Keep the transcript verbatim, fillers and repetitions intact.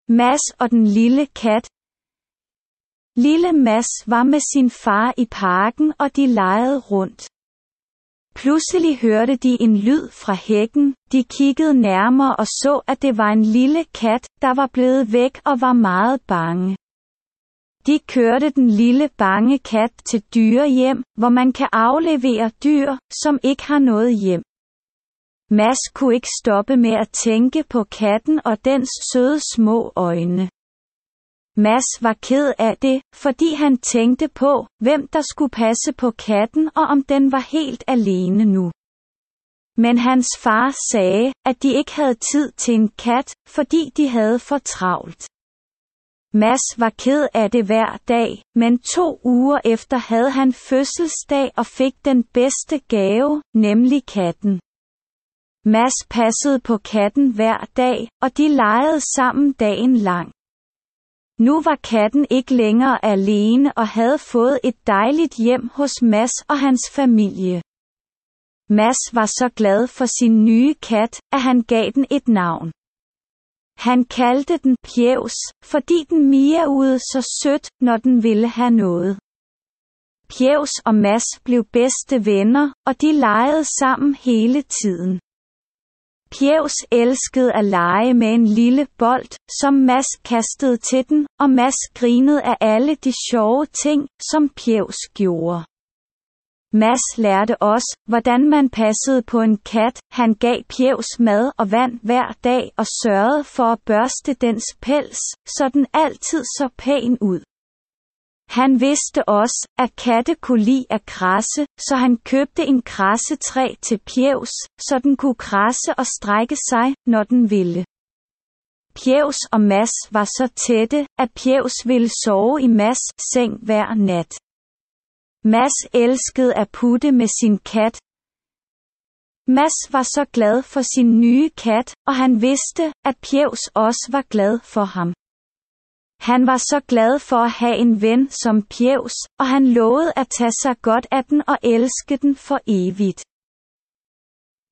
Mads og den lille kat. Lille Mads var med sin far i parken, og de legede rundt. Pludselig hørte de en lyd fra hækken, de kiggede nærmere og så, at det var en lille kat, der var blevet væk og var meget bange. De kørte den lille bange kat til dyrehjem, hvor man kan aflevere dyr, som ikke har noget hjem. Mads kunne ikke stoppe med at tænke på katten og dens søde små øjne. Mads var ked af det, fordi han tænkte på, hvem der skulle passe på katten og om den var helt alene nu. Men hans far sagde, at de ikke havde tid til en kat, fordi de havde for travlt. Mads var ked af det hver dag, men to uger efter havde han fødselsdag og fik den bedste gave, nemlig katten. Mads passede på katten hver dag, og de legede sammen dagen lang. Nu var katten ikke længere alene og havde fået et dejligt hjem hos Mads og hans familie. Mads var så glad for sin nye kat, at han gav den et navn. Han kaldte den Pjevs, fordi den miauede så sødt, når den ville have noget. Pjevs og Mads blev bedste venner, og de legede sammen hele tiden. Pjevs elskede at lege med en lille bold, som Mads kastede til den, og Mads grinede af alle de sjove ting, som Pjevs gjorde. Mads lærte også, hvordan man passede på en kat. Han gav Pjevs mad og vand hver dag og sørgede for at børste dens pels, så den altid så pæn ud. Han vidste også, at katte kunne lide at krasse, så han købte en krassetræ til Pjevs, så den kunne krasse og strække sig, når den ville. Pjevs og Mads var så tætte, at Pjevs ville sove i Mads' seng hver nat. Mads elskede at putte med sin kat. Mads var så glad for sin nye kat, og han vidste, at Pjevs også var glad for ham. Han var så glad for at have en ven som Pjevs, og han lovede at tage sig godt af den og elske den for evigt.